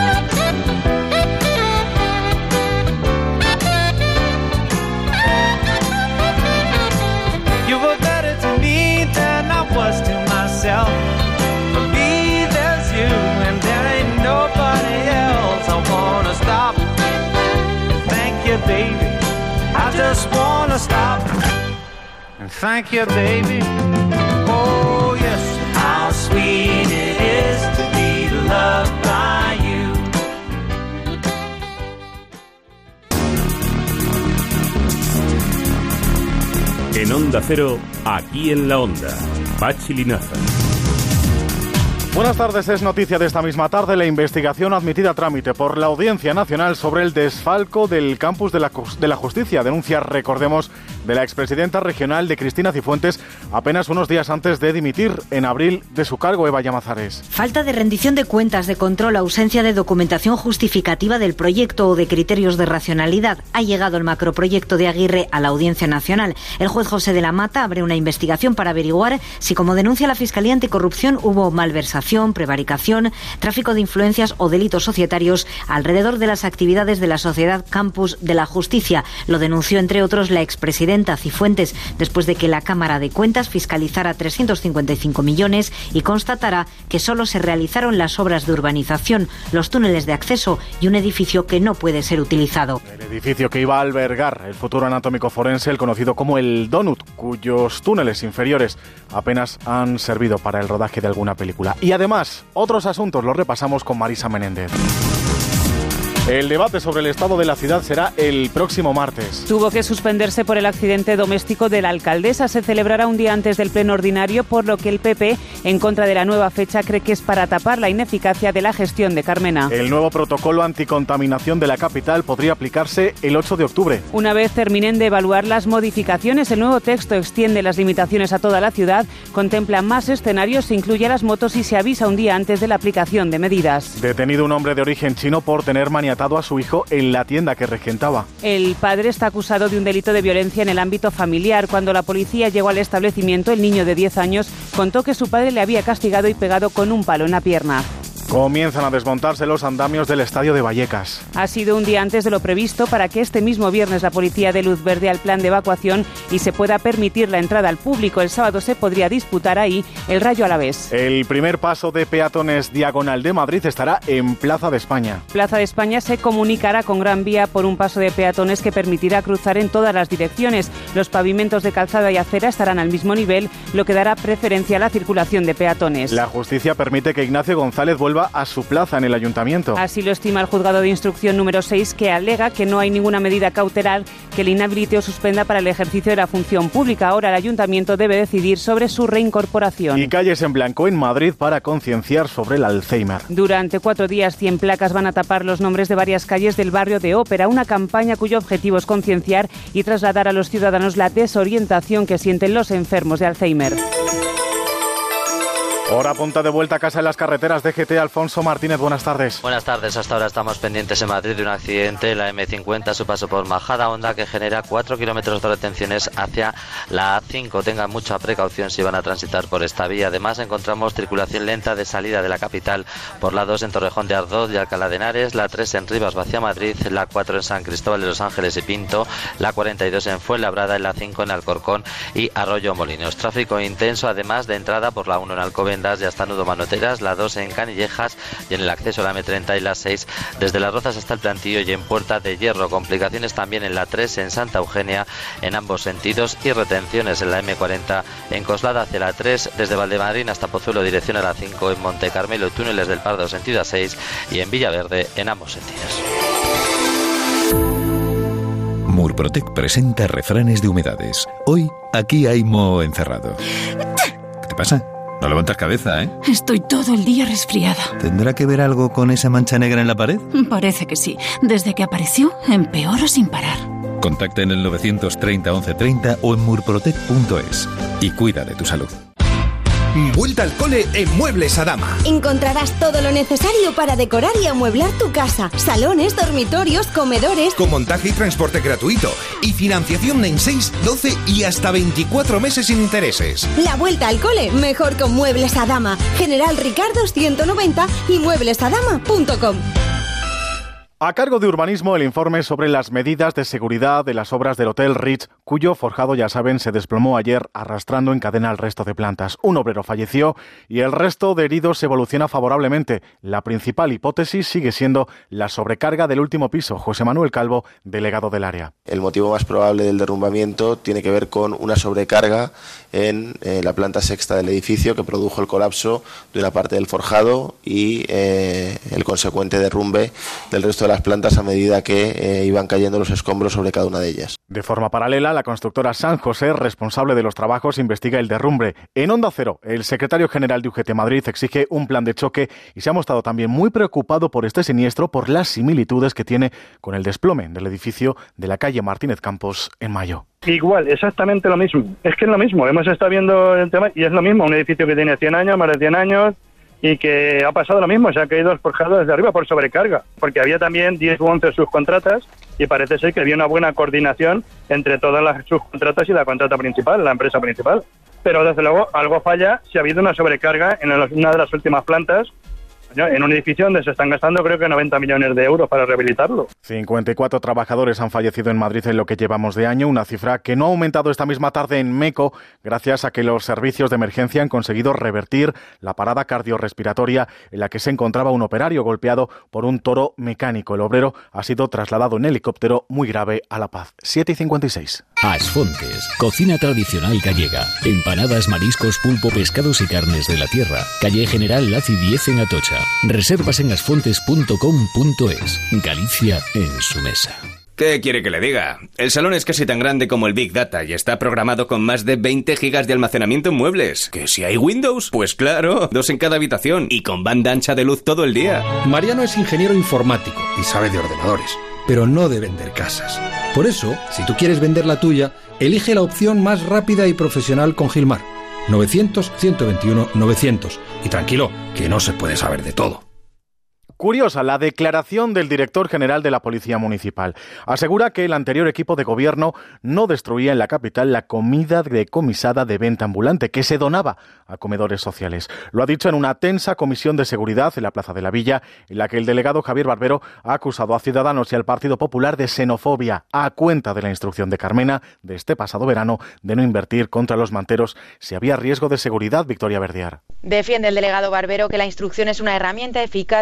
You were better to me than I was to myself. For me, there's you and there ain't nobody else. I wanna stop. Thank you, baby. I just wanna stop. And thank you, baby. Oh, yes, how sweet it is to be loved by you. En Onda Cero, Aquí en la Onda, Pachi Linaza. Buenas tardes, es noticia de esta misma tarde la investigación admitida a trámite por la Audiencia Nacional sobre el desfalco del campus de la Justicia. Denuncia, recordemos, de la expresidenta regional de Cristina Cifuentes apenas unos días antes de dimitir en abril de su cargo. Eva Llamazares. Falta de rendición de cuentas, de control, ausencia de documentación justificativa del proyecto o de criterios de racionalidad. Ha llegado el macroproyecto de Aguirre a la Audiencia Nacional. El juez José de la Mata abre una investigación para averiguar si, como denuncia la Fiscalía Anticorrupción, hubo malversación, prevaricación, tráfico de influencias o delitos societarios alrededor de las actividades de la Sociedad Campus de la Justicia. Lo denunció, entre otros, la expresidenta Cifuentes, después de que la Cámara de Cuentas fiscalizara 355 millones y constatara que solo se realizaron las obras de urbanización, los túneles de acceso y un edificio que no puede ser utilizado. El edificio que iba a albergar el futuro anatómico forense, el conocido como el Donut, cuyos túneles inferiores apenas han servido para el rodaje de alguna película. Y además, otros asuntos los repasamos con Marisa Menéndez. El debate sobre el estado de la ciudad será el próximo martes. Tuvo que suspenderse por el accidente doméstico de la alcaldesa. Se celebrará un día antes del pleno ordinario, por lo que el PP, en contra de la nueva fecha, cree que es para tapar la ineficacia de la gestión de Carmena. El nuevo protocolo anticontaminación de la capital podría aplicarse el 8 de octubre. Una vez terminen de evaluar las modificaciones, el nuevo texto extiende las limitaciones a toda la ciudad, contempla más escenarios, incluye las motos y se avisa un día antes de la aplicación de medidas. Detenido un hombre de origen chino por tener maniatado a su hijo en la tienda que regentaba. El padre está acusado de un delito de violencia en el ámbito familiar. Cuando la policía llegó al establecimiento, el niño de 10 años contó que su padre le había castigado y pegado con un palo en la pierna. Comienzan a desmontarse los andamios del estadio de Vallecas. Ha sido un día antes de lo previsto para que este mismo viernes la policía dé luz verde al plan de evacuación y se pueda permitir la entrada al público. El sábado se podría disputar ahí el Rayo Alavés. El primer paso de peatones diagonal de Madrid estará en Plaza de España. Plaza de España se comunicará con Gran Vía por un paso de peatones que permitirá cruzar en todas las direcciones. Los pavimentos de calzada y acera estarán al mismo nivel, lo que dará preferencia a la circulación de peatones. La justicia permite que Ignacio González vuelva vuelva a su plaza en el ayuntamiento. Así lo estima el juzgado de instrucción número 6, que alega que no hay ninguna medida cautelar que le inhabilite o suspenda para el ejercicio de la función pública. Ahora el ayuntamiento debe decidir sobre su reincorporación. Y calles en blanco en Madrid para concienciar sobre el Alzheimer. Durante 4 días, 100 placas van a tapar los nombres de varias calles del barrio de Ópera, una campaña cuyo objetivo es concienciar y trasladar a los ciudadanos la desorientación que sienten los enfermos de Alzheimer. Hora punta de vuelta a casa en las carreteras de GT. Alfonso Martínez, buenas tardes. Buenas tardes. Hasta ahora estamos pendientes en Madrid de un accidente, la M50, a su paso por Majadahonda, que genera 4 kilómetros de retenciones hacia la A5. Tengan mucha precaución si van a transitar por esta vía. Además, encontramos circulación lenta de salida de la capital por la 2 en Torrejón de Ardoz y Alcalá de Henares, la 3 en Rivas hacia Madrid, la 4 en San Cristóbal de los Ángeles y Pinto, la 42 en Fuenlabrada y la 5 en Alcorcón y Arroyo Molinos. Tráfico intenso, además de entrada por la 1 en Alcobendas y hasta Nudo Manoteras, la 2 en Canillejas y en el acceso a la M30 y la 6 desde Las Rozas hasta el Plantillo y en Puerta de Hierro. Complicaciones también en la 3 en Santa Eugenia en ambos sentidos y retenciones en la M40 en Coslada hacia la 3 desde Valdemarín hasta Pozuelo dirección a la 5 en Monte Carmelo y túneles del Pardo sentido a 6 y en Villaverde en ambos sentidos. Murprotec presenta refranes de humedades. Hoy aquí hay moho encerrado. ¿Qué te pasa? No levantas cabeza, ¿eh? Estoy todo el día resfriada. ¿Tendrá que ver algo con esa mancha negra en la pared? Parece que sí. Desde que apareció, empeoro sin parar. Contacta en el 930 1130 o en murprotec.es y cuida de tu salud. Vuelta al cole en Muebles Adama. Encontrarás todo lo necesario para decorar y amueblar tu casa. Salones, dormitorios, comedores. Con montaje y transporte gratuito. Y financiación en 6, 12 y hasta 24 meses sin intereses. La vuelta al cole, mejor con Muebles Adama. General Ricardo 190 y mueblesadama.com. A cargo de Urbanismo, el informe sobre las medidas de seguridad de las obras del Hotel Ritz, cuyo forjado, ya saben, se desplomó ayer arrastrando en cadena al resto de plantas. Un obrero falleció y el resto de heridos evoluciona favorablemente. La principal hipótesis sigue siendo la sobrecarga del último piso. José Manuel Calvo, delegado del área. El motivo más probable del derrumbamiento tiene que ver con una sobrecarga en la planta sexta del edificio que produjo el colapso de una parte del forjado y el consecuente derrumbe del resto de las plantas a medida que iban cayendo los escombros sobre cada una de ellas. De forma paralela, la constructora San José, responsable de los trabajos, investiga el derrumbe. En Onda Cero, el secretario general de UGT Madrid exige un plan de choque y se ha mostrado también muy preocupado por este siniestro por las similitudes que tiene con el desplome del edificio de la calle Martínez Campos en mayo. Igual, exactamente lo mismo. Es que es lo mismo. Hemos estado viendo el tema y es lo mismo. Un edificio que tiene 100 años, más de 100 años, y que ha pasado lo mismo. Se ha caído el forjado desde arriba por sobrecarga. Porque había también 10 u 11 subcontratas y parece ser que había una buena coordinación entre todas las subcontratas y la contrata principal, la empresa principal. Pero desde luego algo falla si ha habido una sobrecarga en una de las últimas plantas, en un edificio donde se están gastando creo que 90 millones de euros para rehabilitarlo. 54 trabajadores han fallecido en Madrid en lo que llevamos de año, una cifra que no ha aumentado esta misma tarde en MECO gracias a que los servicios de emergencia han conseguido revertir la parada cardiorrespiratoria en la que se encontraba un operario golpeado por un toro mecánico. El obrero ha sido trasladado en helicóptero muy grave a La Paz. 7:56. Asfontes, cocina tradicional gallega. Empanadas, mariscos, pulpo, pescados y carnes de la tierra. Calle General Laci 10 en Atocha. Reservas en asfontes.com.es. Galicia en su mesa. ¿Qué quiere que le diga? El salón es casi tan grande como el Big Data y está programado con más de 20 gigas de almacenamiento en muebles. ¿Que si hay Windows? Pues claro, 2 en cada habitación y con banda ancha de luz todo el día. Mariano es ingeniero informático y sabe de ordenadores, pero no de vender casas. Por eso, si tú quieres vender la tuya, elige la opción más rápida y profesional con Gilmar. 900-121-900. Y tranquilo, que no se puede saber de todo. Curiosa la declaración del director general de la Policía Municipal. Asegura que el anterior equipo de gobierno no destruía en la capital la comida decomisada de venta ambulante que se donaba a comedores sociales. Lo ha dicho en una tensa comisión de seguridad en la Plaza de la Villa, en la que el delegado Javier Barbero ha acusado a Ciudadanos y al Partido Popular de xenofobia a cuenta de la instrucción de Carmena de este pasado verano de no invertir contra los manteros si había riesgo de seguridad. Victoria Verdiar. Defiende el delegado Barbero que la instrucción es una herramienta eficaz y arremete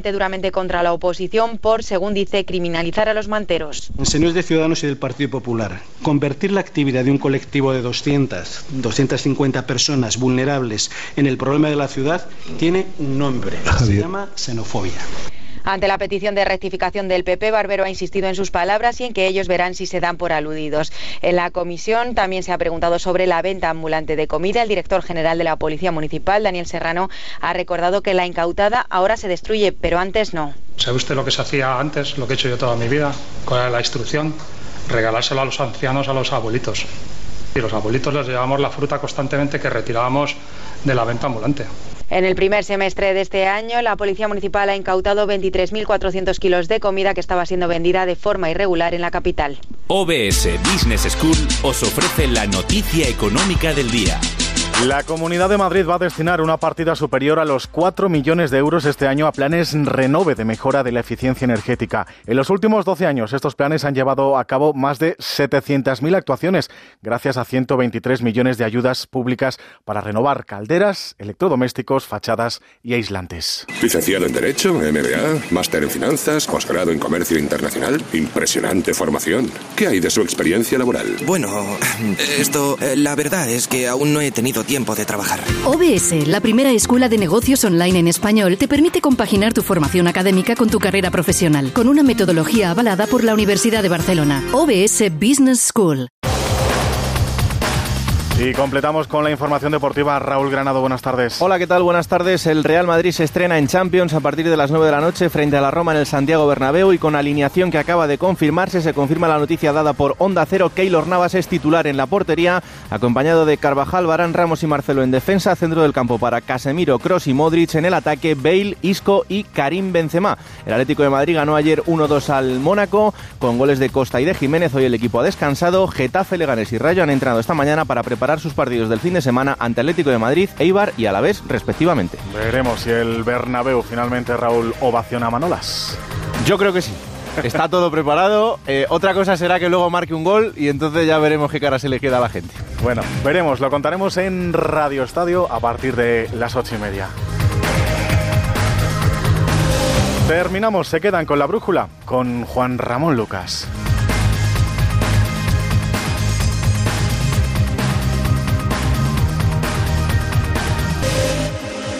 arremete duramente contra la oposición por, según dice, criminalizar a los manteros. Señores de Ciudadanos y del Partido Popular, convertir la actividad de un colectivo de 250 personas vulnerables en el problema de la ciudad tiene un nombre, se llama xenofobia. Ante la petición de rectificación del PP, Barbero ha insistido en sus palabras y en que ellos verán si se dan por aludidos. En la comisión también se ha preguntado sobre la venta ambulante de comida. El director general de la Policía Municipal, Daniel Serrano, ha recordado que la incautada ahora se destruye, pero antes no. ¿Sabe usted lo que se hacía antes, lo que he hecho yo toda mi vida? ¿Cuál era la instrucción? Regalárselo a los ancianos, a los abuelitos. Y los abuelitos les llevábamos la fruta constantemente que retirábamos de la venta ambulante. En el primer semestre de este año, la Policía Municipal ha incautado 23.400 kilos de comida que estaba siendo vendida de forma irregular en la capital. OBS Business School os ofrece la noticia económica del día. La Comunidad de Madrid va a destinar una partida superior a los 4 millones de euros este año a planes Renove de mejora de la eficiencia energética. En los últimos 12 años, estos planes han llevado a cabo más de 700.000 actuaciones, gracias a 123 millones de ayudas públicas para renovar calderas, electrodomésticos, fachadas y aislantes. Licenciado en Derecho, MBA, máster en Finanzas, posgrado en Comercio Internacional. Impresionante formación. ¿Qué hay de su experiencia laboral? Bueno, la verdad es que aún no he tenido tiempo de trabajar. OBS, la primera escuela de negocios online en español, te permite compaginar tu formación académica con tu carrera profesional, con una metodología avalada por la Universidad de Barcelona. OBS Business School. Y completamos con la información deportiva. Raúl Granado, buenas tardes. Hola, ¿qué tal? Buenas tardes. El Real Madrid se estrena en Champions a partir de las 9 de la noche frente a la Roma en el Santiago Bernabéu, y con alineación que acaba de confirmarse, se confirma la noticia dada por Onda Cero. Keylor Navas es titular en la portería, acompañado de Carvajal, Varane, Ramos y Marcelo en defensa. Centro del campo para Casemiro, Kroos y Modric. En el ataque, Bale, Isco y Karim Benzema. El Atlético de Madrid ganó ayer 1-2 al Mónaco con goles de Costa y de Jiménez. Hoy el equipo ha descansado. Getafe, Leganés y Rayo han entrenado esta mañana para preparar sus partidos del fin de semana ante Atlético de Madrid, Eibar y Alavés, respectivamente. Veremos si el Bernabéu finalmente, Raúl, ovaciona a Manolas. Yo creo que sí. Está todo preparado. Otra cosa será que luego marque un gol y entonces ya veremos qué cara se le queda a la gente. Bueno, veremos. Lo contaremos en Radio Estadio a partir de las 8:30. Terminamos. Se quedan con la brújula con Juan Ramón Lucas.